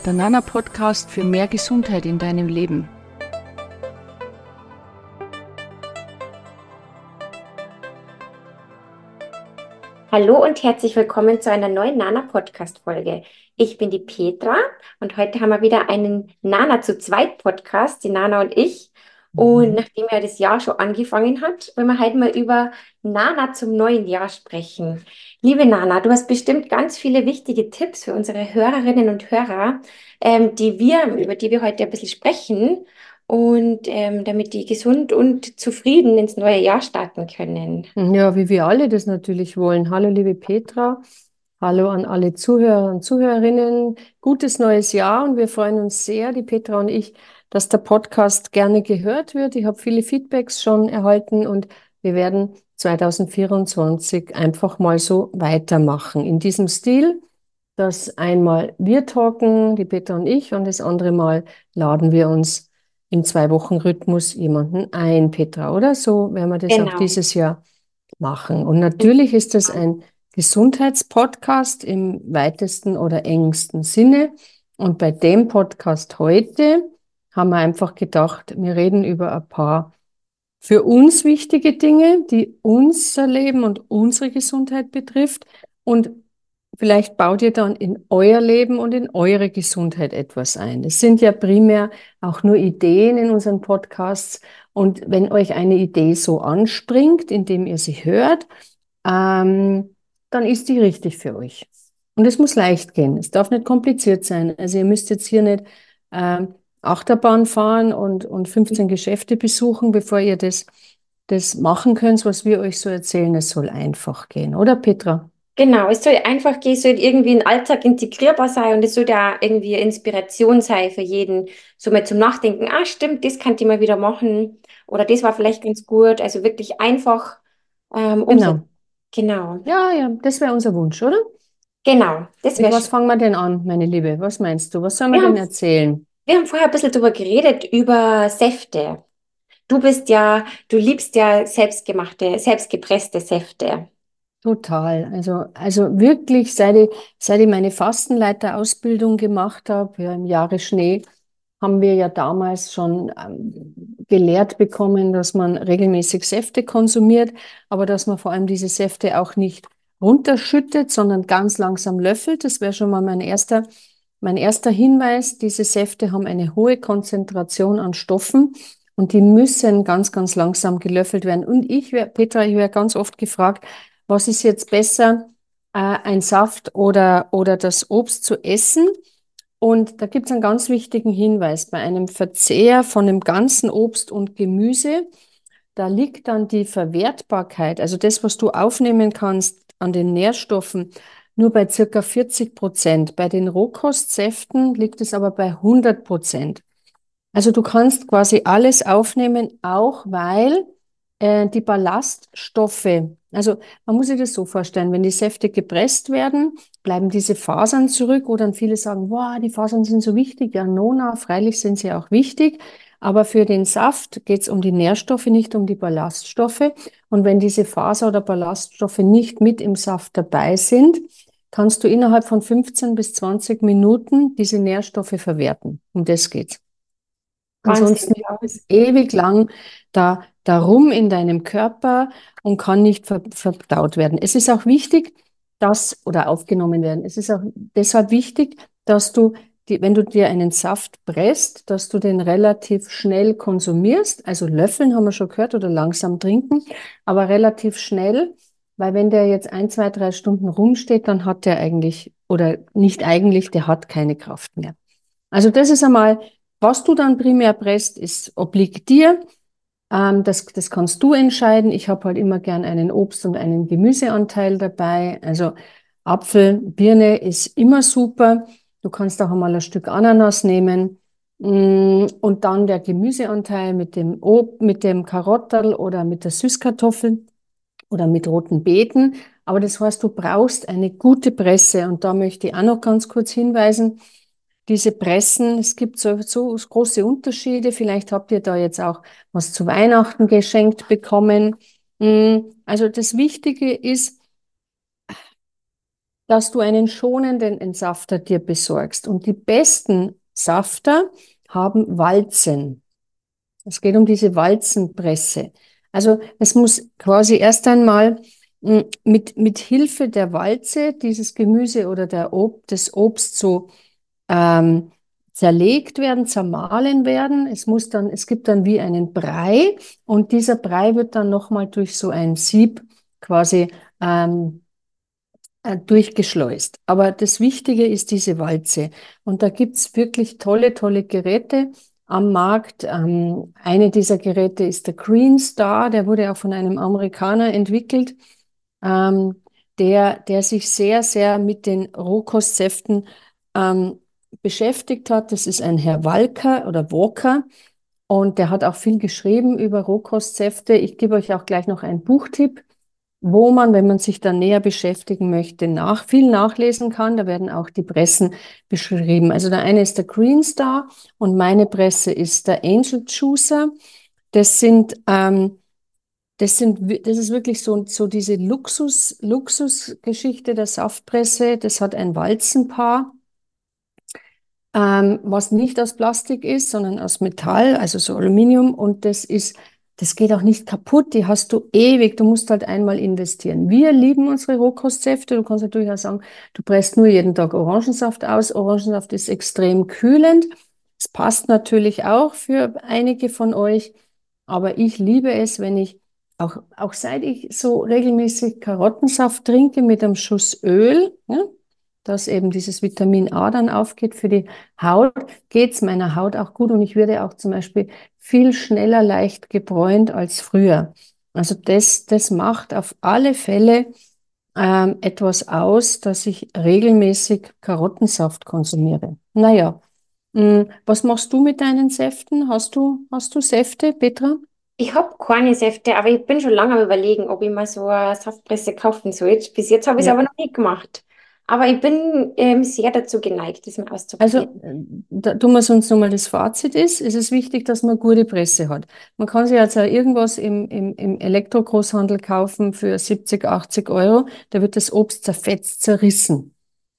der Nana-Podcast für mehr Gesundheit in deinem Leben. Hallo und herzlich willkommen zu einer neuen Nana-Podcast-Folge. Ich bin die Petra und heute haben wir wieder einen Nana zu zweit Podcast, die Nana und ich. Und Mhm. nachdem ja das Jahr schon angefangen hat, wollen wir heute mal über Nana zum neuen Jahr sprechen. Liebe Nana, du hast bestimmt ganz viele wichtige Tipps für unsere Hörerinnen und Hörer, über die wir heute ein bisschen sprechen und damit die gesund und zufrieden ins neue Jahr starten können. Ja, wie wir alle das natürlich wollen. Hallo, liebe Petra. Hallo an alle Zuhörer und Zuhörerinnen. Gutes neues Jahr und wir freuen uns sehr, die Petra und ich, dass der Podcast gerne gehört wird. Ich habe viele Feedbacks schon erhalten und wir werden 2024 einfach mal so weitermachen. In diesem Stil, dass einmal wir talken, die Petra und ich, und das andere Mal laden wir uns im 2 Wochen Rhythmus jemanden ein, Petra, oder? So werden wir das auch Genau. dieses Jahr machen. Und natürlich ist das ein Gesundheitspodcast im weitesten oder engsten Sinne. Und bei dem Podcast heute haben wir einfach gedacht, wir reden über ein paar für uns wichtige Dinge, die unser Leben und unsere Gesundheit betrifft. Und vielleicht baut ihr dann in euer Leben und in eure Gesundheit etwas ein. Es sind ja primär auch nur Ideen in unseren Podcasts. Und wenn euch eine Idee so anspringt, indem ihr sie hört, dann ist die richtig für euch. Und es muss leicht gehen. Es darf nicht kompliziert sein. Also ihr müsst jetzt hier nicht ähm, Achterbahn fahren und 15 Geschäfte besuchen, bevor ihr das machen könnt, was wir euch so erzählen. Es soll einfach gehen, oder Petra? Genau, es soll einfach gehen, es soll irgendwie in den Alltag integrierbar sein und es soll ja irgendwie eine Inspiration sein für jeden, so mal zum Nachdenken, ah, stimmt, das könnte ich mal wieder machen oder das war vielleicht ganz gut. Also wirklich einfach umsetzen. Genau. Genau, Ja, ja, das wäre unser Wunsch, oder? genau, das Mit wäre was schön. fangen wir denn an, meine Liebe? Was meinst du? Was sollen wir Wir denn haben, erzählen? wir haben vorher ein bisschen darüber geredet, über Säfte. Du liebst ja selbstgepresste Säfte. Total. Also wirklich, seit ich meine Fastenleiterausbildung gemacht habe, ja, im Jahre Schnee, haben wir ja damals schon gelehrt bekommen, dass man regelmäßig Säfte konsumiert, aber dass man vor allem diese Säfte auch nicht runterschüttet, sondern ganz langsam löffelt. Das wäre schon mal mein erster Hinweis. Diese Säfte haben eine hohe Konzentration an Stoffen und die müssen ganz, ganz langsam gelöffelt werden. Und Petra, ich werde ganz oft gefragt, was ist jetzt besser, ein Saft oder das Obst zu essen? Und da gibt es einen ganz wichtigen Hinweis. Bei einem Verzehr von dem ganzen Obst und Gemüse, da liegt dann die Verwertbarkeit, also das, was du aufnehmen kannst an den Nährstoffen, nur bei circa 40%. Bei den Rohkostsäften liegt es aber bei 100%. Also du kannst quasi alles aufnehmen, auch weil die Ballaststoffe, also man muss sich das so vorstellen, wenn die Säfte gepresst werden, bleiben diese Fasern zurück, wo dann viele sagen, wow, die Fasern sind so wichtig. Ja, Nona, freilich sind sie auch wichtig, aber für den Saft geht es um die Nährstoffe, nicht um die Ballaststoffe. Und wenn diese Faser oder Ballaststoffe nicht mit im Saft dabei sind, kannst du innerhalb von 15 bis 20 Minuten diese Nährstoffe verwerten. Um das geht's. Wahnsinn, Ansonsten liegt ja. es ewig lang da rum in deinem Körper und kann nicht verdaut werden. Es ist auch wichtig, oder aufgenommen werden. Es ist auch deshalb wichtig, dass wenn du dir einen Saft presst, dass du den relativ schnell konsumierst. Also löffeln haben wir schon gehört oder langsam trinken, aber relativ schnell, weil wenn der jetzt 1, 2, 3 Stunden rumsteht, dann hat der eigentlich, oder nicht eigentlich, der hat keine Kraft mehr. Also das ist einmal, was du dann primär presst, obliegt dir. Das kannst du entscheiden. Ich habe halt immer gern einen Obst- und einen Gemüseanteil dabei. Also Apfel, Birne ist immer super. Du kannst auch einmal ein Stück Ananas nehmen. Und dann der Gemüseanteil mit dem Karottel oder mit der Süßkartoffel oder mit roten Beeten. Aber das heißt, du brauchst eine gute Presse. Und da möchte ich auch noch ganz kurz hinweisen, diese Pressen, es gibt so große Unterschiede. Vielleicht habt ihr da jetzt auch was zu Weihnachten geschenkt bekommen. Also das Wichtige ist, dass du einen schonenden Entsafter dir besorgst. Und die besten Safter haben Walzen. Es geht um diese Walzenpresse. Also es muss quasi erst einmal mit Hilfe der Walze dieses Gemüse oder des Obst so ähm, zerlegt werden, zermahlen werden. Es gibt dann wie einen Brei und dieser Brei wird dann nochmal durch so ein Sieb quasi durchgeschleust. Aber das Wichtige ist diese Walze. Und da gibt's wirklich tolle, tolle Geräte am Markt. Eine dieser Geräte ist der Green Star, der wurde auch von einem Amerikaner entwickelt, ähm, der sich sehr, sehr mit den Rohkostsäften beschäftigt hat. Das ist ein Herr Walker oder Walker. Und der hat auch viel geschrieben über Rohkostsäfte. Ich gebe euch auch gleich noch einen Buchtipp, wo man, wenn man sich da näher beschäftigen möchte, viel nachlesen kann. Da werden auch die Pressen beschrieben. Also der eine ist der Green Star und meine Presse ist der Angel Juicer. Das sind, das ist wirklich so diese Luxusgeschichte der Saftpresse. Das hat ein Walzenpaar, was nicht aus Plastik ist, sondern aus Metall, also so Aluminium. Und das geht auch nicht kaputt. Die hast du ewig. Du musst halt einmal investieren. Wir lieben unsere Rohkostsäfte. Du kannst natürlich auch sagen, du presst nur jeden Tag Orangensaft aus. Orangensaft ist extrem kühlend. Es passt natürlich auch für einige von euch. Aber ich liebe es, wenn ich auch seit ich so regelmäßig Karottensaft trinke mit einem Schuss Öl, ja, dass eben dieses Vitamin A dann aufgeht für die Haut, geht es meiner Haut auch gut und ich werde auch zum Beispiel viel schneller leicht gebräunt als früher. Also das macht auf alle Fälle etwas aus, dass ich regelmäßig Karottensaft konsumiere. Naja, was machst du mit deinen Säften? Hast du Säfte, Petra? Ich habe keine Säfte, aber ich bin schon lange am Überlegen, ob ich mal so eine Saftpresse kaufen soll. Bis jetzt habe ich es Ja. aber noch nicht gemacht. Aber ich bin sehr dazu geneigt, das mal Also, auszuprobieren. da tun wir uns nochmal das Fazit ist es wichtig, dass man gute Presse hat. Man kann sich jetzt auch irgendwas im Elektrogroßhandel kaufen für 70, 80 Euro. Da wird das Obst zerfetzt, zerrissen.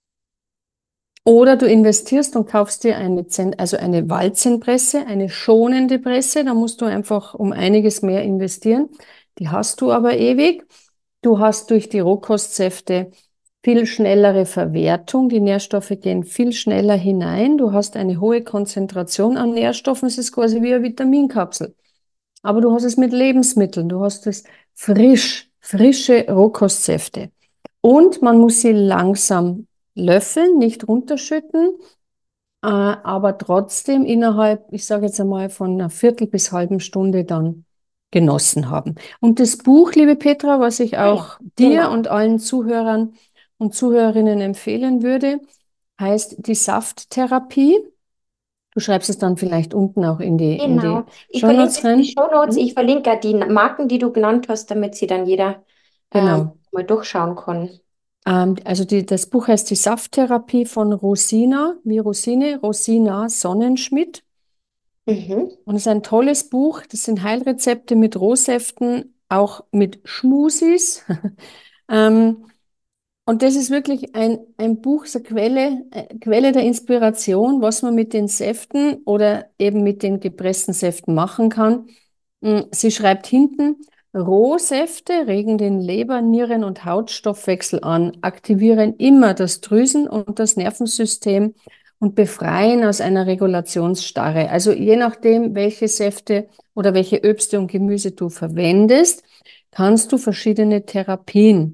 Oder du investierst und kaufst dir also eine Walzenpresse, eine schonende Presse. Da musst du einfach um einiges mehr investieren. Die hast du aber ewig. Du hast durch die Rohkostsäfte viel schnellere Verwertung. Die Nährstoffe gehen viel schneller hinein. Du hast eine hohe Konzentration an Nährstoffen. Es ist quasi wie eine Vitaminkapsel. Aber du hast es mit Lebensmitteln. Du hast es frische Rohkostsäfte. Und man muss sie langsam löffeln, nicht runterschütten, aber trotzdem innerhalb, ich sage jetzt einmal, von einer Viertel bis halben Stunde dann genossen haben. Und das Buch, liebe Petra, was ich Ah ja, auch dir genau. und allen Zuhörern und Zuhörerinnen empfehlen würde, heißt Die Safttherapie. Du schreibst es dann vielleicht unten auch in die Genau. Ich verlinke Shownotes es in die rein. Shownotes. Hm? Ich verlinke auch die Marken, die du genannt hast, damit sie dann jeder Genau. mal durchschauen kann. Also das Buch heißt Die Safttherapie von Rosina, wie Rosine, Rosina Sonnenschmidt. Mhm. Und es ist ein tolles Buch. Das sind Heilrezepte mit Rohsäften, auch mit Schmusis. Ähm, und das ist wirklich ein Buch, so Quelle der Inspiration, was man mit den Säften oder eben mit den gepressten Säften machen kann. Sie schreibt hinten, Rohsäfte regen den Leber-, Nieren- und Hautstoffwechsel an, aktivieren immer das Drüsen- und das Nervensystem und befreien aus einer Regulationsstarre. Also je nachdem, welche Säfte oder welche Obste und Gemüse du verwendest, kannst du verschiedene Therapien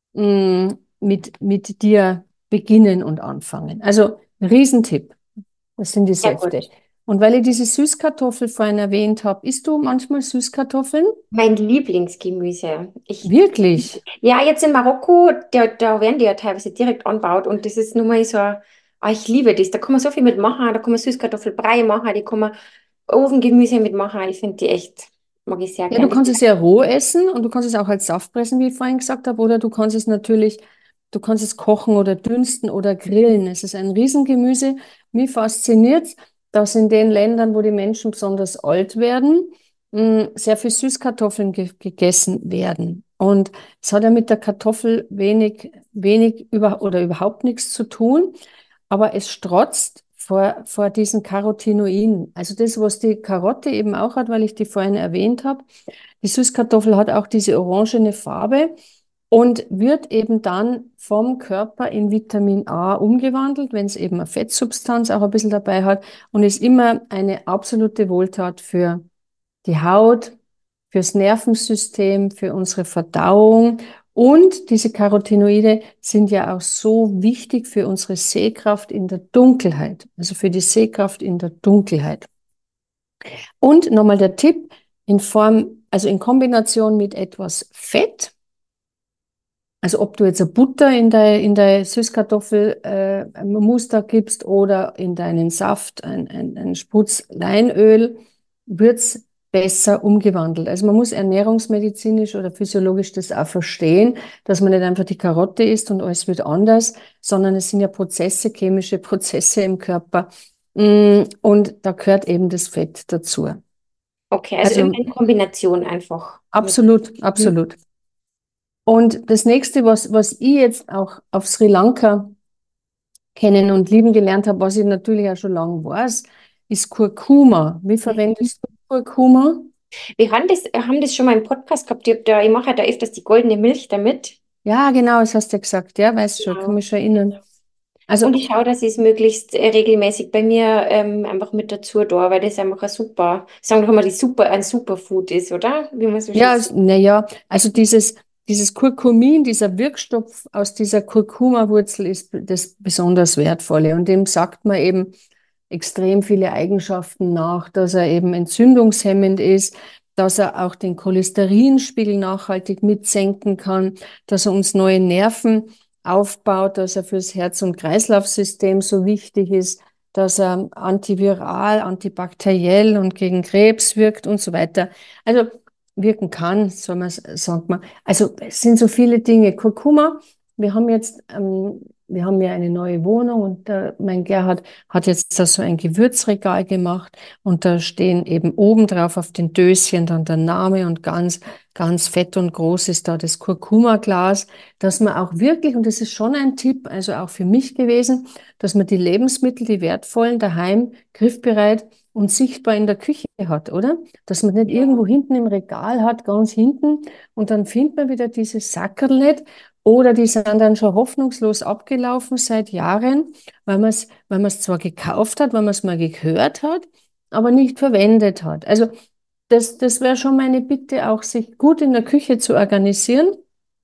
mit dir beginnen und anfangen. Also Riesentipp, das sind die Sehr gut. Säfte. Und weil ich diese Süßkartoffel vorhin erwähnt habe, isst du manchmal Süßkartoffeln? Mein Lieblingsgemüse. Wirklich? Ja, jetzt in Marokko, da werden die ja teilweise direkt anbaut und das ist nun mal so, ich liebe das. Da kann man so viel mitmachen, da kann man Süßkartoffelbrei machen, die kann man Ofengemüse mitmachen. Ich finde die echt, mag ich sehr Ja, du gern. kannst es ja roh essen und du kannst es auch als Saft pressen, wie ich vorhin gesagt habe, oder du kannst es natürlich, du kannst es kochen oder dünsten oder grillen. Es ist ein Riesengemüse. Mich fasziniert, dass in den Ländern, wo die Menschen besonders alt werden, sehr viel Süßkartoffeln gegessen werden. Und es hat ja mit der Kartoffel oder überhaupt nichts zu tun, aber es strotzt vor diesen Carotinoiden. Also das, was die Karotte eben auch hat, weil ich die vorhin erwähnt habe. Die Süßkartoffel hat auch diese orangene Farbe und wird eben dann vom Körper in Vitamin A umgewandelt, wenn es eben eine Fettsubstanz auch ein bisschen dabei hat und ist immer eine absolute Wohltat für die Haut, fürs Nervensystem, für unsere Verdauung. Und diese Carotinoide sind ja auch so wichtig für unsere Sehkraft in der Dunkelheit, also für die Sehkraft in der Dunkelheit. Und nochmal der Tipp, also in Kombination mit etwas Fett, also ob du jetzt eine Butter in der Süßkartoffel Muster gibst oder in deinen Saft ein Sprutz Leinöl, wird's besser umgewandelt. Also man muss ernährungsmedizinisch oder physiologisch das auch verstehen, dass man nicht einfach die Karotte isst und alles wird anders, sondern es sind ja Prozesse, chemische Prozesse im Körper. Und da gehört eben das Fett dazu. Okay, also immer Also in Kombination einfach. absolut, Mhm. absolut. Und das nächste, was ich jetzt auch auf Sri Lanka kennen und lieben gelernt habe, was ich natürlich auch schon lange weiß, ist Kurkuma. Wie Mhm. verwendest du Kurkuma? Wir haben das schon mal im Podcast gehabt. Ich mache ja da öfters die goldene Milch damit. Ja, genau, das hast du ja gesagt. Ja, weiß schon, kann Genau. mich schon erinnern. Also, Und ich schaue, dass ich es möglichst regelmäßig bei mir einfach mit dazu tue, weil das einfach sagen wir mal, ein Superfood ist, oder? Wie man so schön ja, sagt. naja, also dieses Kurkumin, dieser Wirkstoff aus dieser Kurkuma-Wurzel ist das besonders Wertvolle. Und dem sagt man eben extrem viele Eigenschaften nach, dass er eben entzündungshemmend ist, dass er auch den Cholesterinspiegel nachhaltig mitsenken kann, dass er uns neue Nerven aufbaut, dass er fürs Herz- und Kreislaufsystem so wichtig ist, dass er antiviral, antibakteriell und gegen Krebs wirkt und so weiter. Also wirken kann, sagt man. Also es sind so viele Dinge. Kurkuma, wir haben ja eine neue Wohnung und mein Gerhard hat jetzt da so ein Gewürzregal gemacht und da stehen eben oben drauf auf den Döschen dann der Name und ganz, ganz fett und groß ist da das Kurkuma-Glas, dass man auch wirklich, und das ist schon ein Tipp, also auch für mich gewesen, dass man die Lebensmittel, die wertvollen, daheim griffbereit und sichtbar in der Küche hat, oder? Dass man nicht Ja. irgendwo hinten im Regal hat, ganz hinten, und dann findet man wieder diese Sackerl nicht, oder die sind dann schon hoffnungslos abgelaufen seit Jahren, weil man es zwar gekauft hat, weil man es mal gehört hat, aber nicht verwendet hat. Also das wäre schon meine Bitte, auch sich gut in der Küche zu organisieren.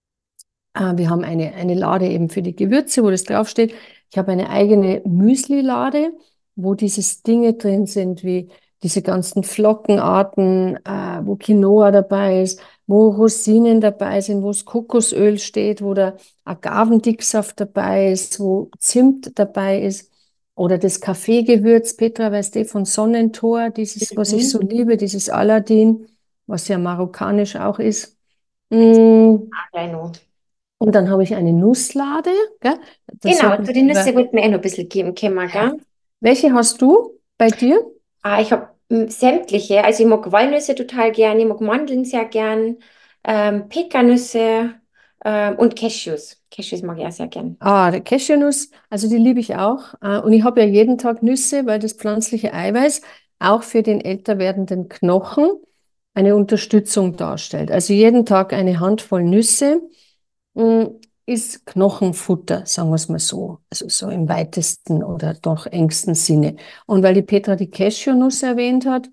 Wir haben eine Lade eben für die Gewürze, wo das draufsteht. Ich habe eine eigene Müsli-Lade, wo diese Dinge drin sind, wie diese ganzen Flockenarten, wo Quinoa dabei ist, wo Rosinen dabei sind, wo das Kokosöl steht, wo der Agavendicksaft dabei ist, wo Zimt dabei ist. Oder das Kaffeegewürz, Petra, weißt du, von Sonnentor, dieses, was ich so Mhm. liebe, dieses Aladdin, was ja marokkanisch auch ist. Mm, Gleich noch. und dann habe ich eine Nusslade, gell? Das Genau, sollten zu wir den Nüsse lieber. wollten wir noch ein bisschen geben, können wir, Ja. gell? Welche hast du bei dir? Ich habe sämtliche. Also ich mag Walnüsse total gern, ich mag Mandeln sehr gern, Pekannüsse und Cashews. Cashews mag ich auch sehr gern. Die Cashewnuss, also die liebe ich auch. Und ich habe ja jeden Tag Nüsse, weil das pflanzliche Eiweiß auch für den älter werdenden Knochen eine Unterstützung darstellt. Also jeden Tag eine Handvoll Nüsse mh, ist Knochenfutter, sagen wir es mal so. Also so im weitesten oder doch engsten Sinne. Und weil die Petra die Cashewnuss erwähnt hat,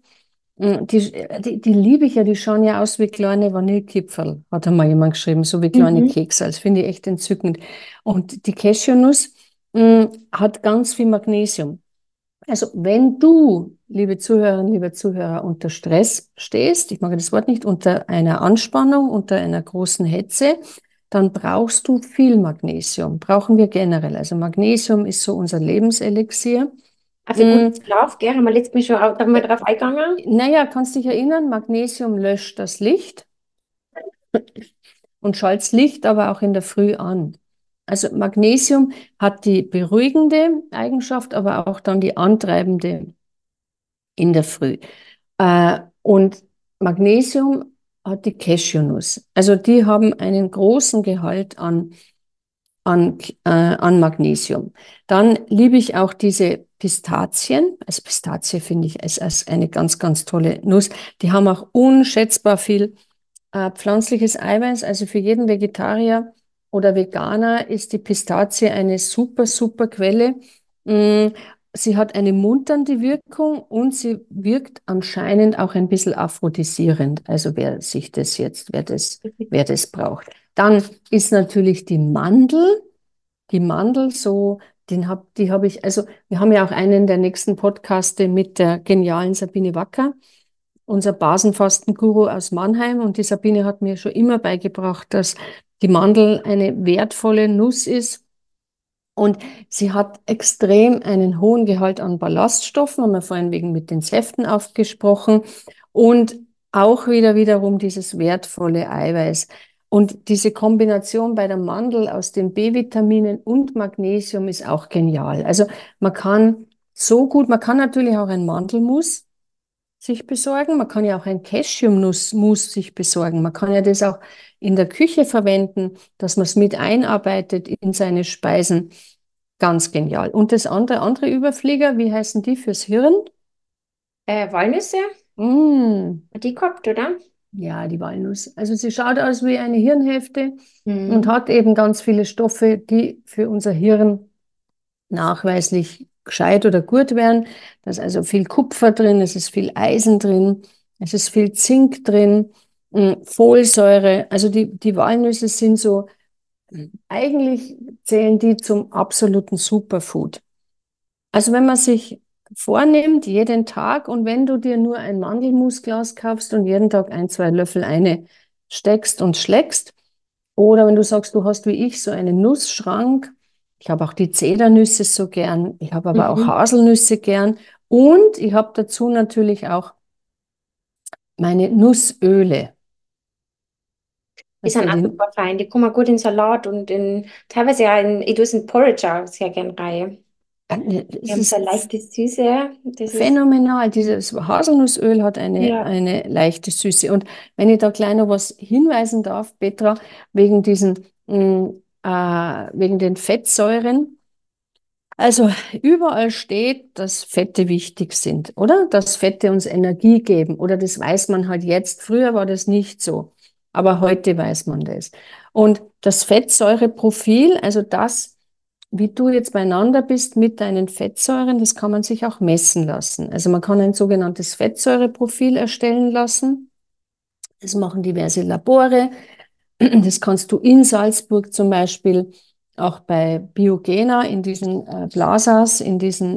die liebe ich ja, die schauen ja aus wie kleine Vanillekipferl, hat einmal jemand geschrieben, so wie kleine Mhm. Kekse. Das finde ich echt entzückend. Und die Cashewnuss hat ganz viel Magnesium. Also wenn du, liebe Zuhörerinnen, lieber Zuhörer, unter Stress stehst, ich mag das Wort nicht, unter einer Anspannung, unter einer großen Hetze, dann brauchst du viel Magnesium. Brauchen wir generell. Also Magnesium ist so unser Lebenselixier. Für Mm, guten Schlaf, gell, haben wir letztes Mal schon da mal drauf eingegangen. Naja, kannst dich erinnern, Magnesium löscht das Licht und schaltet das Licht aber auch in der Früh an. Also Magnesium hat die beruhigende Eigenschaft, aber auch dann die antreibende in der Früh. Und Magnesium hat die Cashewnuss. Also die haben einen großen Gehalt an Magnesium. Dann liebe ich auch diese Pistazien. Also Pistazie finde ich als eine ganz, ganz tolle Nuss. Die haben auch unschätzbar viel pflanzliches Eiweiß. Also für jeden Vegetarier oder Veganer ist die Pistazie eine super, super Quelle. Mm, Sie hat eine munternde Wirkung und sie wirkt anscheinend auch ein bisschen aphrodisierend. Also wer das braucht. Dann ist natürlich die Mandel. Die Mandel so, die habe ich, also wir haben ja auch einen der nächsten Podcaste mit der genialen Sabine Wacker, unser Basenfastenguru aus Mannheim. Und die Sabine hat mir schon immer beigebracht, dass die Mandel eine wertvolle Nuss ist. Und sie hat extrem einen hohen Gehalt an Ballaststoffen, haben wir vorhin wegen mit den Säften aufgesprochen. Und auch wiederum dieses wertvolle Eiweiß. Und diese Kombination bei der Mandel aus den B-Vitaminen und Magnesium ist auch genial. Also man kann man kann natürlich auch ein Mandelmus sich besorgen. Man kann ja auch ein Cashewnussmus sich besorgen. Man kann ja das auch in der Küche verwenden, dass man es mit einarbeitet in seine Speisen. Ganz genial. Und das andere Überflieger, wie heißen die fürs Hirn? Walnüsse, Mm, hat die gehabt, oder? ja, die Walnuss. Also sie schaut aus wie eine Hirnhälfte und Mhm. hat eben ganz viele Stoffe, die für unser Hirn nachweislich gescheit oder gut wären. Da ist also viel Kupfer drin, es ist viel Eisen drin, es ist viel Zink drin, Folsäure. Also die Walnüsse sind so, eigentlich zählen die zum absoluten Superfood. Also wenn man sich vornimmt, jeden Tag, und wenn du dir nur ein Mandelmusglas kaufst und jeden Tag ein, zwei Löffel eine steckst und schlägst, oder wenn du sagst, du hast wie ich so einen Nussschrank, ich habe auch die Zedernüsse so gern, ich habe aber auch Mhm. Haselnüsse gern und ich habe dazu natürlich auch meine Nussöle. Die Weißt sind du, auch super fein. Die kommen gut in Salat und teilweise ja ich tue es in Porridge auch sehr gern rein. Die es haben so ist eine leichte Süße. Das ist, phänomenal. Dieses Haselnussöl hat ja. eine leichte Süße. Und wenn ich da gleich noch was hinweisen darf, Petra, wegen wegen den Fettsäuren. Also überall steht, dass Fette wichtig sind, oder? Dass Fette uns Energie geben. Oder das weiß man halt jetzt. Früher war das nicht so. Aber heute weiß man das. Und das Fettsäureprofil, also das, wie du jetzt beieinander bist mit deinen Fettsäuren, das kann man sich auch messen lassen. Also man kann ein sogenanntes Fettsäureprofil erstellen lassen. Das machen diverse Labore. Das kannst du in Salzburg zum Beispiel auch bei Biogena in diesen Blasas, in diesen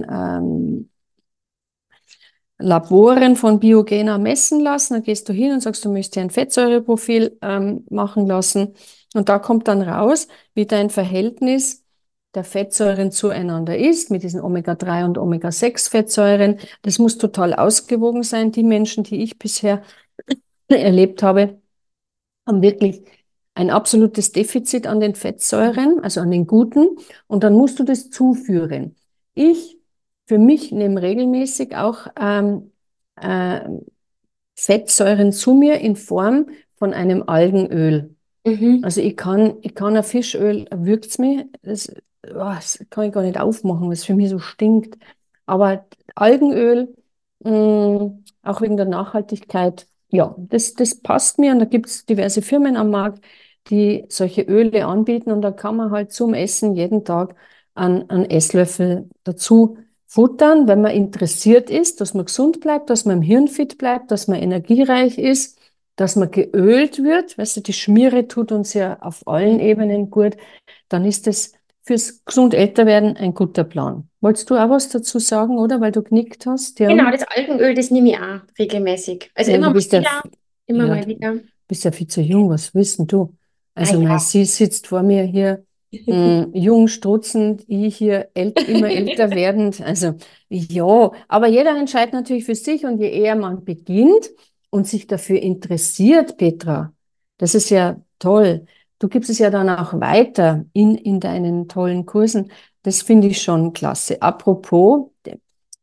Laboren von Biogena messen lassen. Dann gehst du hin und sagst, du möchtest dir ein Fettsäureprofil machen lassen. Und da kommt dann raus, wie dein Verhältnis der Fettsäuren zueinander ist, mit diesen Omega-3 und Omega-6-Fettsäuren. Das muss total ausgewogen sein. Die Menschen, die ich bisher erlebt habe, haben wirklich ein absolutes Defizit an den Fettsäuren, also an den guten, und dann musst du das zuführen. Ich für mich nehme regelmäßig auch äh, Fettsäuren zu mir in Form von einem Algenöl. Mhm. Also ich kann ein Fischöl, würgt's mich, das kann ich gar nicht aufmachen, weil es für mich so stinkt. Aber Algenöl, auch wegen der Nachhaltigkeit, ja, das passt mir und da gibt es diverse Firmen am Markt, die solche Öle anbieten und da kann man halt zum Essen jeden Tag einen Esslöffel dazu futtern, wenn man interessiert ist, dass man gesund bleibt, dass man im Hirn fit bleibt, dass man energiereich ist, dass man geölt wird. Weißt du, die Schmiere tut uns ja auf allen Ebenen gut. Dann ist es fürs gesund älter werden ein guter Plan. Wolltest du auch was dazu sagen, oder? Weil du genickt hast, ja? Genau, das Algenöl, das nehme ich auch regelmäßig. Also Ja, immer du mal bist ja, wieder, immer ja, mal du wieder. bist ja viel zu jung, was wissen du? Ah Also, ja. sie sitzt vor mir hier, jung, strutzend, ich hier immer älter werdend. Also, ja, aber jeder entscheidet natürlich für sich und je eher man beginnt und sich dafür interessiert, Petra, das ist ja toll. Du gibst es ja dann auch weiter in deinen tollen Kursen. Das finde ich schon klasse. Apropos,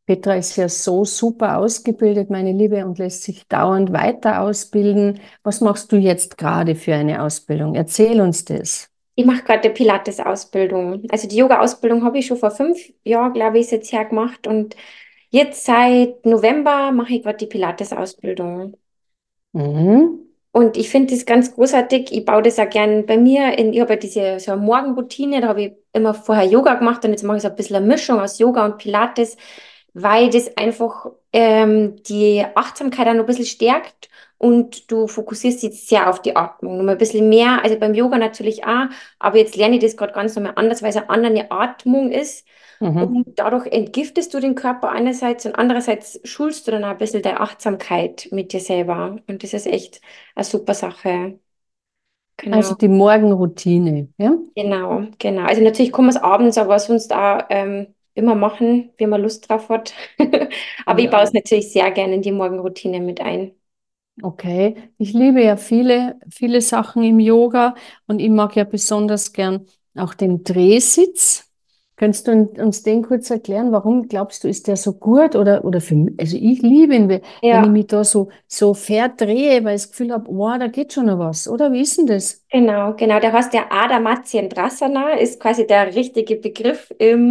Petra ist ja so super ausgebildet, meine Liebe, und lässt sich dauernd weiter ausbilden. Was machst du jetzt gerade für eine Ausbildung? Erzähl uns das. Ich mache gerade eine Pilates-Ausbildung. Also die Yoga-Ausbildung habe ich schon vor 5 Jahren, glaube ich, ist jetzt her gemacht. Und jetzt seit November mache ich gerade die Pilates-Ausbildung. Mhm. Und ich finde das ganz großartig. Ich baue das auch gern bei mir in, ich habe ja diese so eine Morgenroutine, da habe ich immer vorher Yoga gemacht und jetzt mache ich so ein bisschen eine Mischung aus Yoga und Pilates, weil das einfach die Achtsamkeit auch noch ein bisschen stärkt und du fokussierst jetzt sehr auf die Atmung. Noch mal ein bisschen mehr, also beim Yoga natürlich auch, aber jetzt lerne ich das gerade ganz nochmal anders, weil es eine andere Atmung ist. Mhm. Und dadurch entgiftest du den Körper einerseits und andererseits schulst du dann auch ein bisschen deine Achtsamkeit mit dir selber. Und das ist echt eine super Sache. Also Genau, die Morgenroutine, ja? genau, genau. Also natürlich kann man es abends, aber sonst auch immer machen, wie man Lust drauf hat. Aber ich baue Ja, es natürlich sehr gerne in die Morgenroutine mit ein. okay. Ich liebe ja viele Sachen im Yoga und ich mag ja besonders gern auch den Drehsitz. Könntest du uns den kurz erklären? Warum glaubst du, ist der so gut? Oder für mich, also ich liebe ihn, wenn ich Ja, mich da so verdrehe, weil ich das Gefühl habe, wow, da geht schon noch was. Oder wie ist denn das? genau, genau. Der heißt ja Adho Matsyendrasana, ist quasi der richtige Begriff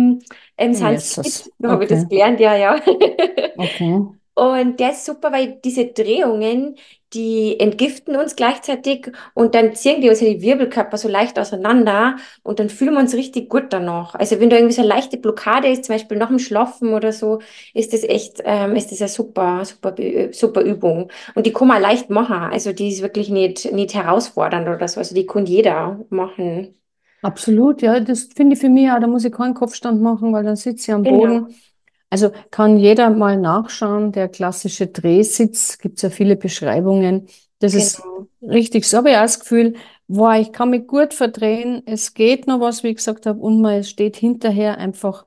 im Jesus. Sanskrit. Da habe ich Okay, das gelernt, ja, ja. okay. Und der ist super, weil diese Drehungen, die entgiften uns gleichzeitig und dann ziehen die uns ja die Wirbelkörper so leicht auseinander und dann fühlen wir uns richtig gut danach. Also wenn da irgendwie so eine leichte Blockade ist, zum Beispiel nach dem Schlafen oder so, ist das echt, ist das eine super Übung. Und die kann man leicht machen. Also die ist wirklich nicht herausfordernd oder so. Also die kann jeder machen. Absolut, ja, das finde ich für mich auch, da muss ich keinen Kopfstand machen, weil dann sitze ich am Genau, Boden. Also kann jeder mal nachschauen, der klassische Drehsitz, gibt es ja viele Beschreibungen. Das ist genau. richtig so, habe ich auch das Gefühl, wow, ich kann mich gut verdrehen, es geht noch was, wie ich gesagt habe, und man steht hinterher einfach,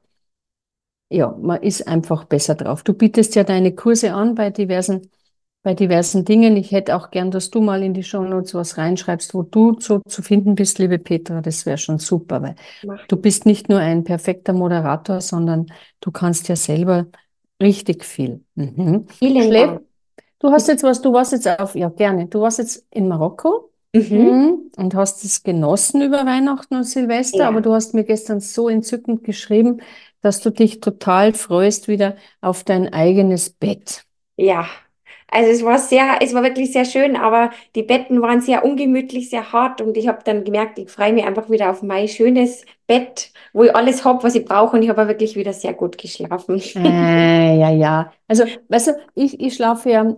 ja, man ist einfach besser drauf. Du bietest ja deine Kurse an bei diversen Dingen. Ich hätte auch gern, dass du mal in die Shownotes was reinschreibst, wo du so zu finden bist, liebe Petra. Das wäre schon super, weil Mach du ich. bist nicht nur ein perfekter Moderator, sondern du kannst ja selber richtig viel. Mhm. Vielen Schläf, Dank. du hast jetzt was, du warst jetzt auf, ja gerne, du warst jetzt in Marokko. Mhm. Und hast es genossen über Weihnachten und Silvester, aber Ja. du hast mir gestern so entzückend geschrieben, dass du dich total freust wieder auf dein eigenes Bett. Ja, also es war wirklich sehr schön, aber die Betten waren sehr ungemütlich, sehr hart und ich habe dann gemerkt, ich freue mich einfach wieder auf mein schönes Bett, wo ich alles habe, was ich brauche und ich habe auch wirklich wieder sehr gut geschlafen. Ja, ja. Also, weißt du, ich schlafe ja,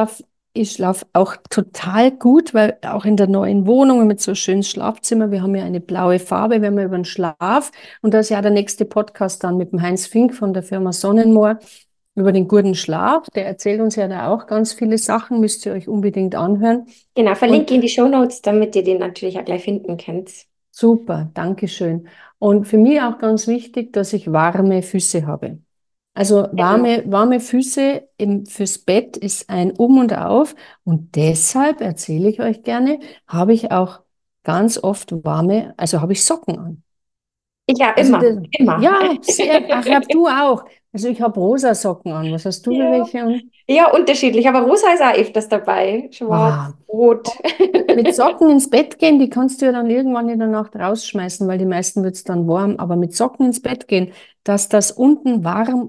ich schlaf auch total gut, weil auch in der neuen Wohnung mit so schönes Schlafzimmer, wir haben ja eine blaue Farbe, wenn wir über den Schlaf, und das ist ja der nächste Podcast dann mit dem Heinz Fink von der Firma Sonnenmoor über den guten Schlaf. Der erzählt uns ja da auch ganz viele Sachen, müsst ihr euch unbedingt anhören. Genau, Und verlinke in die Shownotes, damit ihr den natürlich auch gleich finden könnt. super, Dankeschön. Und für mich auch ganz wichtig, dass ich warme Füße habe. Also Genau. warme Füße fürs Bett ist ein Um und Auf. Und deshalb erzähle ich euch gerne, habe ich auch ganz oft also habe ich Socken an. Ich ja, Also immer, immer. ja, sehr, ach, ja, du auch. Also ich habe rosa Socken an. Was hast du für Ja. welche an? Ja, unterschiedlich, aber rosa ist auch öfters dabei. Schwarz, Ah, rot. mit Socken ins Bett gehen, die kannst du ja dann irgendwann in der Nacht rausschmeißen, weil die meisten wird es dann warm. Aber mit Socken ins Bett gehen, dass das unten warm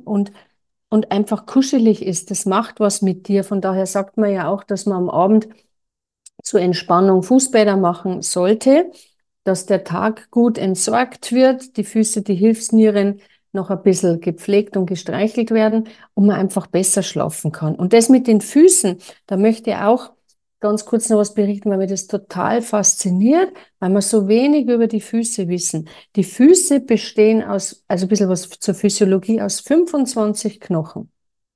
und einfach kuschelig ist, das macht was mit dir. Von daher sagt man ja auch, dass man am Abend zur Entspannung Fußbäder machen sollte, dass der Tag gut entsorgt wird, die Füße, die Hilfsnieren noch ein bisschen gepflegt und gestreichelt werden und man einfach besser schlafen kann. Und das mit den Füßen, da möchte ich auch ganz kurz noch was berichten, weil mir das total fasziniert, weil wir so wenig über die Füße wissen. Die Füße bestehen aus, also ein bisschen was zur Physiologie, aus 25 Knochen.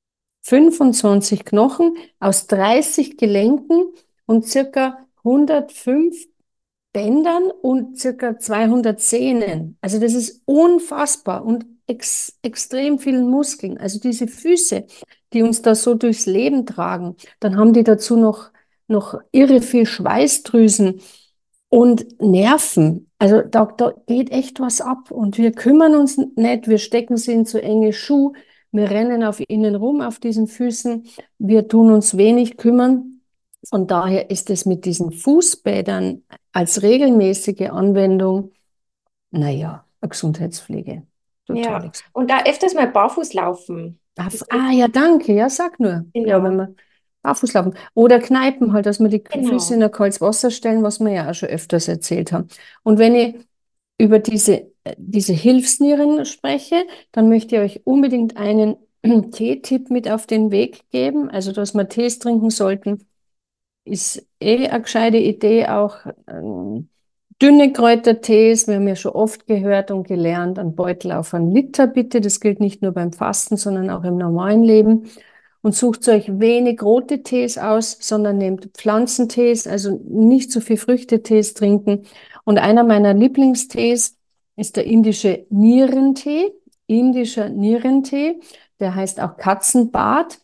25 Knochen aus 30 Gelenken und circa 105 Bändern und circa 200 Sehnen. Also das ist unfassbar und extrem vielen Muskeln. Also diese Füße, die uns da so durchs Leben tragen, dann haben die dazu noch irre viel Schweißdrüsen und Nerven. Also da geht echt was ab und wir kümmern uns nicht, wir stecken sie in so enge Schuhe. Wir rennen auf ihnen rum, auf diesen Füßen. Wir tun uns wenig kümmern. Von daher ist es mit diesen Fußbädern als regelmäßige Anwendung, naja, eine Gesundheitspflege. Total. Ja, und da öfters mal barfuß laufen. Das hilft. Ja, danke. Ja, sag nur. Ja, wenn Genau, wir barfuß laufen. Oder Kneipen halt, dass wir die Füße genau. in ein kaltes Wasser stellen, was wir ja auch schon öfters erzählt haben. Und wenn ich über diese Hilfsnieren spreche, dann möchte ich euch unbedingt einen Teetipp mit auf den Weg geben. Also, dass wir Tees trinken sollten, ist eine gescheite Idee. Auch dünne Kräutertees, wir haben ja schon oft gehört und gelernt, ein Beutel auf einen Liter bitte. Das gilt nicht nur beim Fasten, sondern auch im normalen Leben. Und sucht euch wenig rote Tees aus, sondern nehmt Pflanzentees, also nicht so viel Früchtetees trinken. Und einer meiner Lieblingstees ist der indische Nierentee, indischer Nierentee. Der heißt auch Katzenbad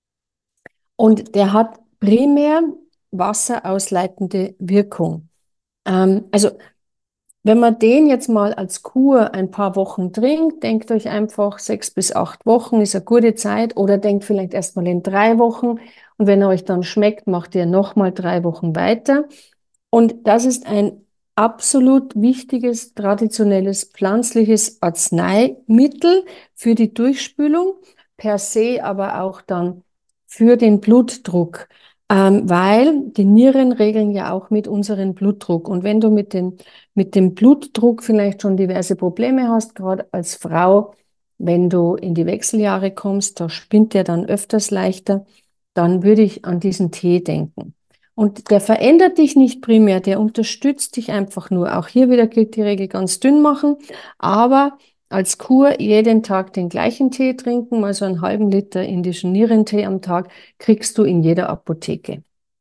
und der hat primär wasserausleitende Wirkung. Also wenn man den jetzt mal als Kur ein paar Wochen trinkt, denkt euch einfach 6 bis 8 Wochen ist eine gute Zeit oder denkt vielleicht erst mal in 3 Wochen und wenn er euch dann schmeckt, macht ihr nochmal 3 Wochen weiter. Und das ist ein absolut wichtiges, traditionelles, pflanzliches Arzneimittel für die Durchspülung, per se aber auch dann für den Blutdruck, weil die Nieren regeln ja auch mit unserem Blutdruck. Und wenn du mit dem Blutdruck vielleicht schon diverse Probleme hast, gerade als Frau, wenn du in die Wechseljahre kommst, da spinnt der dann öfters leichter, dann würde ich an diesen Tee denken. Und der verändert dich nicht primär, der unterstützt dich einfach nur. Auch hier wieder gilt die Regel ganz dünn machen, aber als Kur jeden Tag den gleichen Tee trinken, mal so einen halben Liter indischen Nierentee am Tag, kriegst du in jeder Apotheke.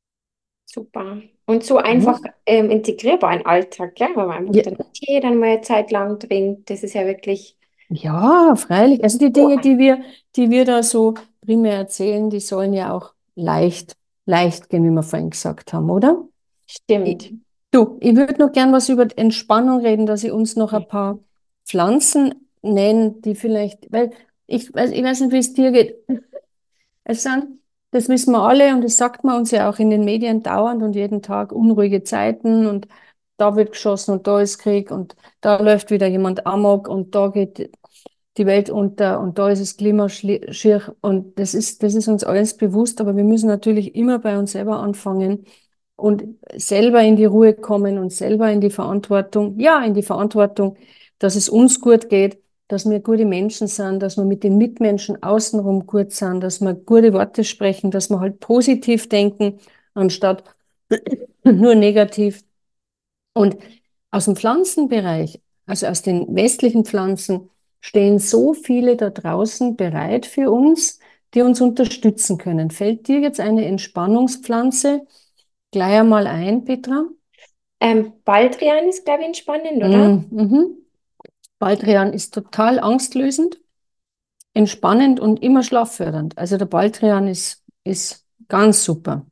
Super. Und so einfach Mhm. integrierbar in den Alltag, gell? Wenn man einfach Ja, den Tee dann mal eine Zeit lang trinkt. Das ist ja wirklich ja, freilich. Also die so Dinge, die wir da so primär erzählen, die sollen ja auch leicht gehen, wie wir vorhin gesagt haben, oder? Ich, stimmt. ich würde noch gern was über Entspannung reden, dass ich uns noch ein paar Pflanzen nenne, die vielleicht, weil ich weiß nicht, wie es dir geht. Es sind, das wissen wir alle und das sagt man uns ja auch in den Medien dauernd und jeden Tag unruhige Zeiten und da wird geschossen und da ist Krieg und da läuft wieder jemand amok und da geht die Welt unter und da ist das Klima schier und das ist uns alles bewusst, aber wir müssen natürlich immer bei uns selber anfangen und selber in die Ruhe kommen und selber in die Verantwortung, ja, in die Verantwortung, dass es uns gut geht, dass wir gute Menschen sind, dass wir mit den Mitmenschen außenrum gut sind, dass wir gute Worte sprechen, dass wir halt positiv denken, anstatt nur negativ. Und aus dem Pflanzenbereich, also aus den westlichen Pflanzen, stehen so viele da draußen bereit für uns, die uns unterstützen können. Fällt dir jetzt eine Entspannungspflanze gleich einmal ein, Petra? Baldrian ist, glaube ich, entspannend, oder? Mhm. Baldrian ist total angstlösend, entspannend und immer schlaffördernd. Also der Baldrian ist ganz super.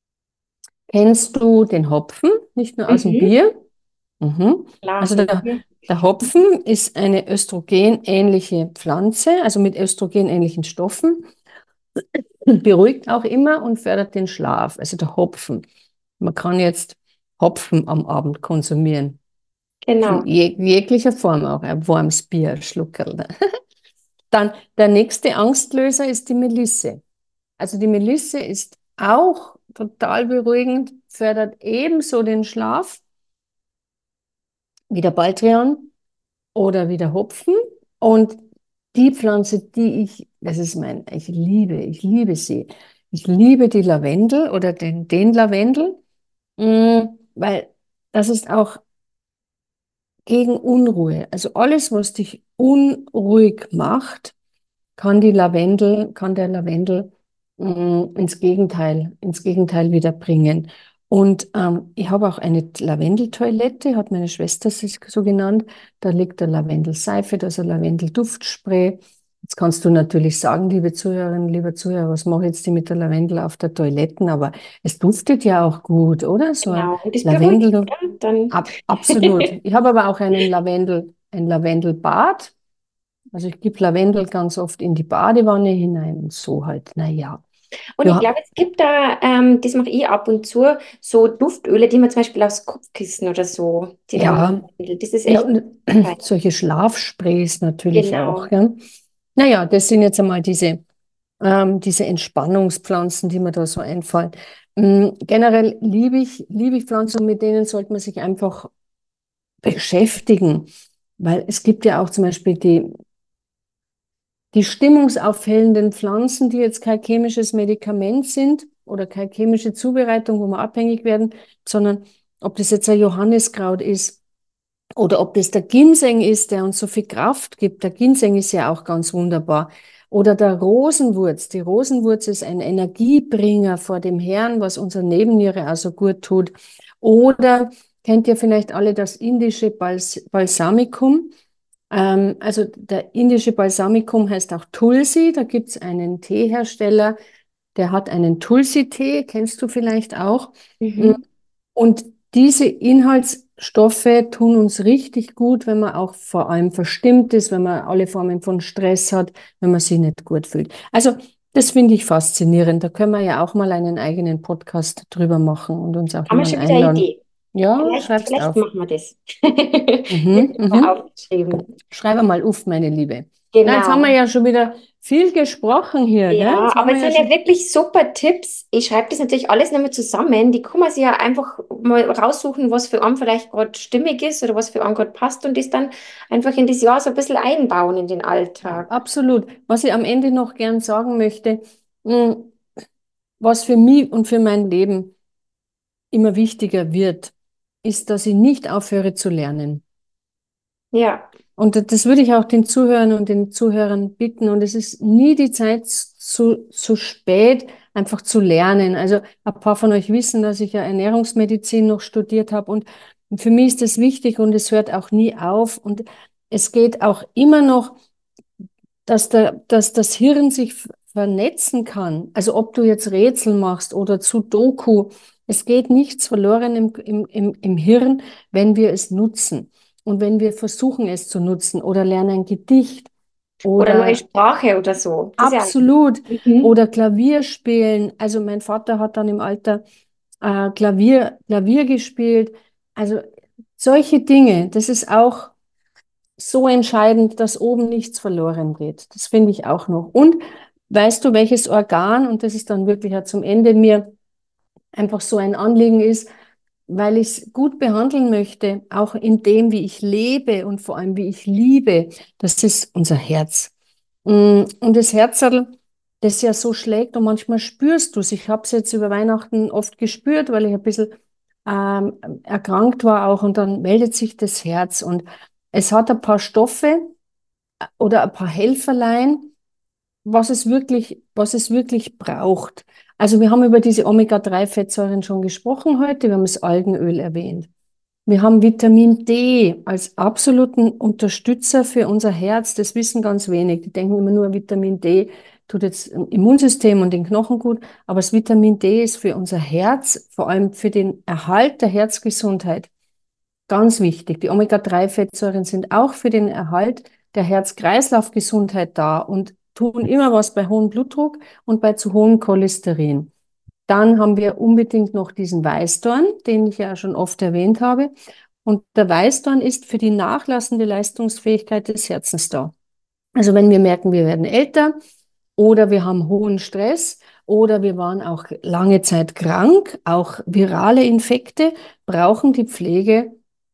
Kennst du den Hopfen? Nicht nur aus dem Mhm. Bier? Mhm. Klar, Also der Hopfen ist eine östrogenähnliche Pflanze, also mit östrogenähnlichen Stoffen, beruhigt auch immer und fördert den Schlaf. Also der Hopfen. Man kann jetzt Hopfen am Abend konsumieren. In genau. jeglicher Form auch, ein warmes Bier, ein Schluckerl. Dann der nächste Angstlöser ist die Melisse. Also die Melisse ist auch total beruhigend, fördert ebenso den Schlaf wie der Baldrian oder wie der Hopfen. Und die Pflanze, ich liebe sie. Ich liebe die Lavendel oder den Lavendel, weil das ist auch gegen Unruhe. Also alles, was dich unruhig macht, kann der Lavendel ins Gegenteil wieder bringen. Und ich habe auch eine Lavendeltoilette, hat meine Schwester sich so genannt. Da liegt eine Lavendelseife, da ist ein Lavendelduftspray. Jetzt kannst du natürlich sagen, liebe Zuhörerinnen, lieber Zuhörer, was mache ich jetzt die mit der Lavendel auf der Toilette? Aber es duftet ja auch gut, oder? So ein Genau. Und das beruhigt, Lavendel, oder? Dann, absolut. Ich habe aber auch ein Lavendelbad. Also ich gebe Lavendel ganz oft in die Badewanne hinein und so halt, naja. Und ich Ja, glaube, es gibt da, das mache ich ab und zu, so Duftöle, die man zum Beispiel aufs Kopfkissen oder so, die dann, ja, das ist ja, echt und fein. solche Schlafsprays natürlich auch, Genau. gell? Naja, das sind jetzt einmal diese Entspannungspflanzen, die mir da so einfallen. Generell liebe ich Pflanzen und mit denen sollte man sich einfach beschäftigen, weil es gibt ja auch zum Beispiel die stimmungsaufhellenden Pflanzen, die jetzt kein chemisches Medikament sind oder keine chemische Zubereitung, wo wir abhängig werden, sondern ob das jetzt ein Johanniskraut ist oder ob das der Ginseng ist, der uns so viel Kraft gibt. Der Ginseng ist ja auch ganz wunderbar. Oder der Rosenwurz. Die Rosenwurz ist ein Energiebringer vor dem Herrn, was unserer Nebenniere also gut tut. Oder kennt ihr vielleicht alle das indische Balsamikum? Also der indische Balsamikum heißt auch Tulsi. Da gibt es einen Teehersteller, der hat einen Tulsi-Tee, kennst du vielleicht auch. Mm, Mhm. Und diese Inhaltsstoffe tun uns richtig gut, wenn man auch vor allem verstimmt ist, wenn man alle Formen von Stress hat, wenn man sich nicht gut fühlt. Also das finde ich faszinierend. Da können wir ja auch mal einen eigenen Podcast drüber machen und uns auch Haben wir jemanden schon wieder eine einladen. Idee? Ja, Vielleicht, schreib's vielleicht auf. machen wir das. Mhm, Wird mal mhm. aufgeschrieben. Schreib mal auf, meine Liebe. Na, jetzt haben wir Genau. ja schon wieder viel gesprochen hier, gell? Ja, Jetzt haben aber wir es ja sind ja schon. wirklich super Tipps. Ich schreibe das natürlich alles nochmal zusammen. Die kann man sich ja einfach mal raussuchen, was für einen vielleicht gerade stimmig ist oder was für einen gerade passt und das dann einfach in das Jahr so ein bisschen einbauen in den Ja, Alltag. absolut. Was ich am Ende noch gern sagen möchte, mh, was für mich und für mein Leben immer wichtiger wird, ist, dass ich nicht aufhöre zu lernen. Ja. Und das würde ich auch den Zuhörern und den Zuhörern bitten. Und es ist nie die Zeit zu spät, einfach zu lernen. Also ein paar von euch wissen, dass ich ja Ernährungsmedizin noch studiert habe. Und für mich ist das wichtig und es hört auch nie auf. Und es geht auch immer noch, dass das Hirn sich vernetzen kann. Also ob du jetzt Rätsel machst oder Sudoku, es geht nichts verloren im Hirn, wenn wir es nutzen. Und wenn wir versuchen, es zu nutzen oder lernen ein Gedicht Oder neue oder Sprache oder so. Das ist ja. absolut Mhm. oder Klavier spielen. Also mein Vater hat dann im Alter Klavier gespielt. Also solche Dinge, das ist auch so entscheidend, dass oben nichts verloren geht. Das finde ich auch noch. Und weißt du, welches Organ, und das ist dann wirklich ja zum Ende mir einfach so ein Anliegen ist, weil ich es gut behandeln möchte, auch in dem, wie ich lebe und vor allem, wie ich liebe, das ist unser Herz. Und das Herzerl, das ja so schlägt und manchmal spürst du es. Ich habe es jetzt über Weihnachten oft gespürt, weil ich ein bisschen erkrankt war auch und dann meldet sich das Herz und es hat ein paar Stoffe oder ein paar Helferlein, was es wirklich braucht. Also wir haben über diese Omega-3-Fettsäuren schon gesprochen heute, wir haben das Algenöl erwähnt. Wir haben Vitamin D als absoluten Unterstützer für unser Herz. Das wissen ganz wenig. Die denken immer nur, Vitamin D tut jetzt im Immunsystem und den Knochen gut. Aber das Vitamin D ist für unser Herz, vor allem für den Erhalt der Herzgesundheit, ganz wichtig. Die Omega-3-Fettsäuren sind auch für den Erhalt der Herz-Kreislauf-Gesundheit da und tun immer was bei hohem Blutdruck und bei zu hohem Cholesterin. Dann haben wir unbedingt noch diesen Weißdorn, den ich ja schon oft erwähnt habe. Und der Weißdorn ist für die nachlassende Leistungsfähigkeit des Herzens da. Also wenn wir merken, wir werden älter oder wir haben hohen Stress oder wir waren auch lange Zeit krank, auch virale Infekte, brauchen die Pflege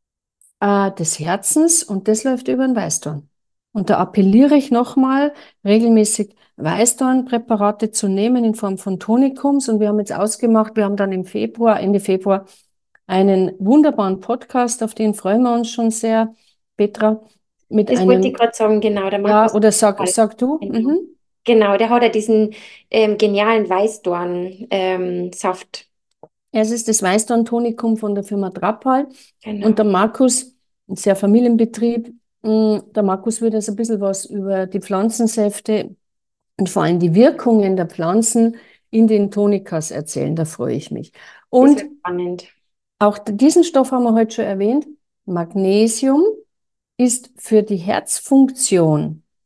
des Herzens und das läuft über den Weißdorn. Und da appelliere ich nochmal, regelmäßig Weißdornpräparate zu nehmen in Form von Tonikums. Und wir haben jetzt ausgemacht, wir haben dann im Februar, Ende Februar, einen wunderbaren Podcast, auf den freuen wir uns schon sehr, Petra, mit Das wollte ich einem, gerade sagen, genau, der ja, Markus. oder sag du, Genau. Genau, der hat ja diesen genialen Weißdorn-Saft. Es ist das Weißdorn-Tonikum von der Firma Drappal. Und der Genau. Markus, ein sehr Familienbetrieb, der Markus würde jetzt ein bisschen was über die Pflanzensäfte und vor allem die Wirkungen der Pflanzen in den Tonikas erzählen. Da freue ich mich. Das Und wird spannend. auch diesen Stoff haben wir heute schon erwähnt. Magnesium ist für die Herzfunktion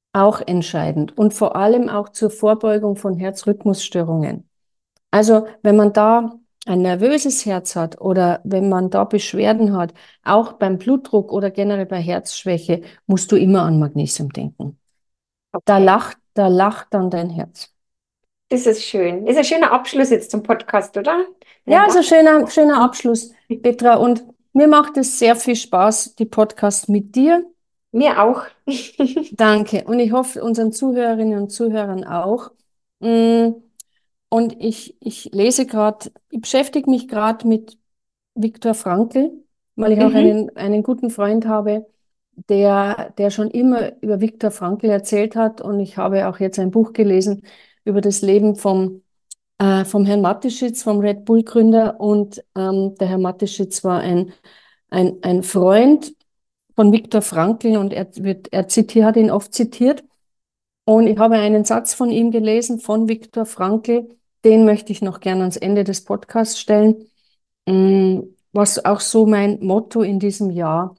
auch entscheidend und vor allem auch zur Vorbeugung von Herzrhythmusstörungen. Also wenn man da ein nervöses Herz hat oder wenn man da Beschwerden hat, auch beim Blutdruck oder generell bei Herzschwäche, musst du immer an Magnesium denken. Okay. Da lacht dann dein Herz. Das ist schön. Ist ein schöner Abschluss jetzt zum Podcast, oder? Ja, Dann also schöner danke. Abschluss, Petra. Und mir macht es sehr viel Spaß, die Podcast mit dir. Mir auch. Danke. Und ich hoffe, unseren Zuhörerinnen und Zuhörern auch. Mm, Und ich lese gerade, ich beschäftige mich gerade mit Viktor Frankl, weil ich auch Mhm. einen guten Freund habe, der schon immer über Viktor Frankl erzählt hat. Und ich habe auch jetzt ein Buch gelesen über das Leben vom Herrn Mateschitz, vom Red Bull-Gründer. Und der Herr Mateschitz war ein Freund von Viktor Frankl und hat ihn oft zitiert. Und ich habe einen Satz von ihm gelesen, von Viktor Frankl, den möchte ich noch gerne ans Ende des Podcasts stellen, was auch so mein Motto in diesem Jahr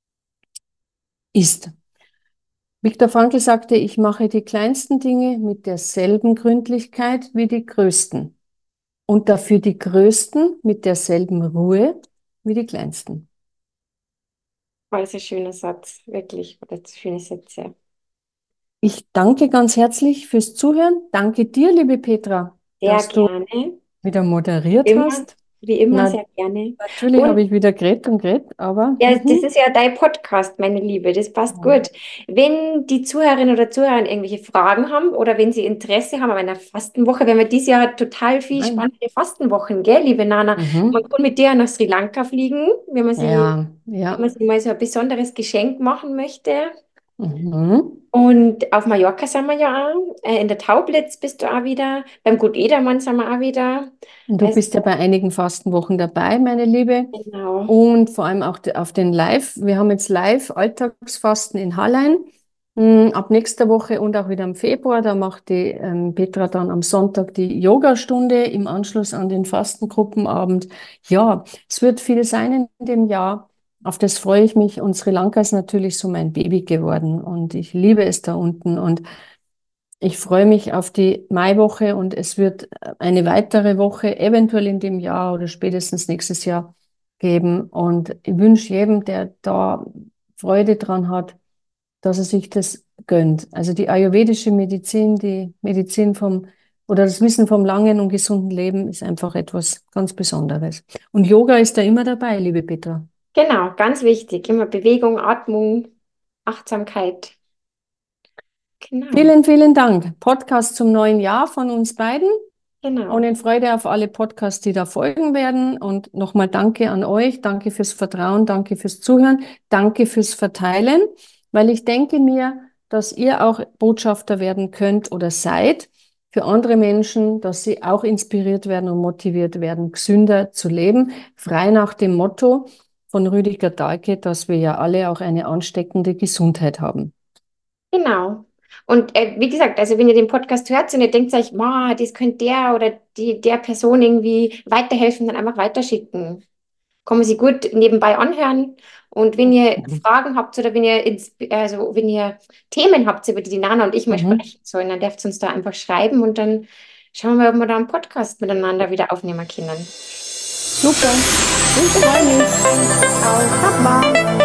ist. Viktor Frankl sagte, ich mache die kleinsten Dinge mit derselben Gründlichkeit wie die größten und dafür die größten mit derselben Ruhe wie die kleinsten. War das ein schöner Satz, wirklich. Oder schöne Sätze. Ich danke ganz herzlich fürs Zuhören. Danke dir, liebe Petra, Sehr dass du gerne. wieder moderiert Immer, hast. wie immer, Na, sehr gerne. natürlich habe Und ich wieder geredet und geredet, aber ja, das ist ja dein Podcast, meine Liebe. Das passt gut. Wenn die Zuhörerinnen oder Zuhörer irgendwelche Fragen haben oder wenn sie Interesse haben an einer Fastenwoche, wir haben ja dieses Jahr total viel nein. spannende Fastenwochen, gell, liebe Nana? Man Mhm. kann mit dir nach Sri Lanka fliegen, Ja, wenn man ja. sich mal so ein besonderes Geschenk machen möchte. Mhm. Und auf Mallorca sind wir ja auch. In der Taublitz bist du auch wieder. Beim Gut Edermann sind wir auch wieder. Und du Also, bist ja bei einigen Fastenwochen dabei, meine Liebe. genau. Und vor allem auch auf den Live. Wir haben jetzt Live Alltagsfasten in Hallein. Ab nächster Woche und auch wieder im Februar. Da macht die Petra dann am Sonntag die Yogastunde im Anschluss an den Fastengruppenabend. Ja, es wird viel sein in dem Jahr. Auf das freue ich mich. Und Sri Lanka ist natürlich so mein Baby geworden. Und ich liebe es da unten. Und ich freue mich auf die Maiwoche und es wird eine weitere Woche eventuell in dem Jahr oder spätestens nächstes Jahr geben. Und ich wünsche jedem, der da Freude dran hat, dass er sich das gönnt. Also die ayurvedische Medizin, die Medizin oder das Wissen vom langen und gesunden Leben ist einfach etwas ganz Besonderes. Und Yoga ist da immer dabei, liebe Petra. Genau, ganz wichtig. Immer Bewegung, Atmung, Achtsamkeit. Genau, Vielen Dank. Podcast zum neuen Jahr von uns beiden. Und genau. in Freude auf alle Podcasts, die da folgen werden. Und nochmal danke an euch. Danke fürs Vertrauen. Danke fürs Zuhören. Danke fürs Verteilen, weil ich denke mir, dass ihr auch Botschafter werden könnt oder seid für andere Menschen, dass sie auch inspiriert werden und motiviert werden, gesünder zu leben. Frei nach dem Motto von Rüdiger Dahlke, dass wir ja alle auch eine ansteckende Gesundheit haben. Genau. Und wie gesagt, also wenn ihr den Podcast hört und ihr denkt euch, "Ma, das könnte der oder der Person irgendwie weiterhelfen, dann einfach weiterschicken. Kann man sich gut nebenbei anhören. Und wenn ihr Mhm. Fragen habt oder wenn ihr Themen habt, über die die Nana und ich mal Mhm. sprechen sollen, dann dürft ihr uns da einfach schreiben und dann schauen wir mal, ob wir da einen Podcast miteinander wieder aufnehmen können. Super. Ich freue mich. Ciao, Papa.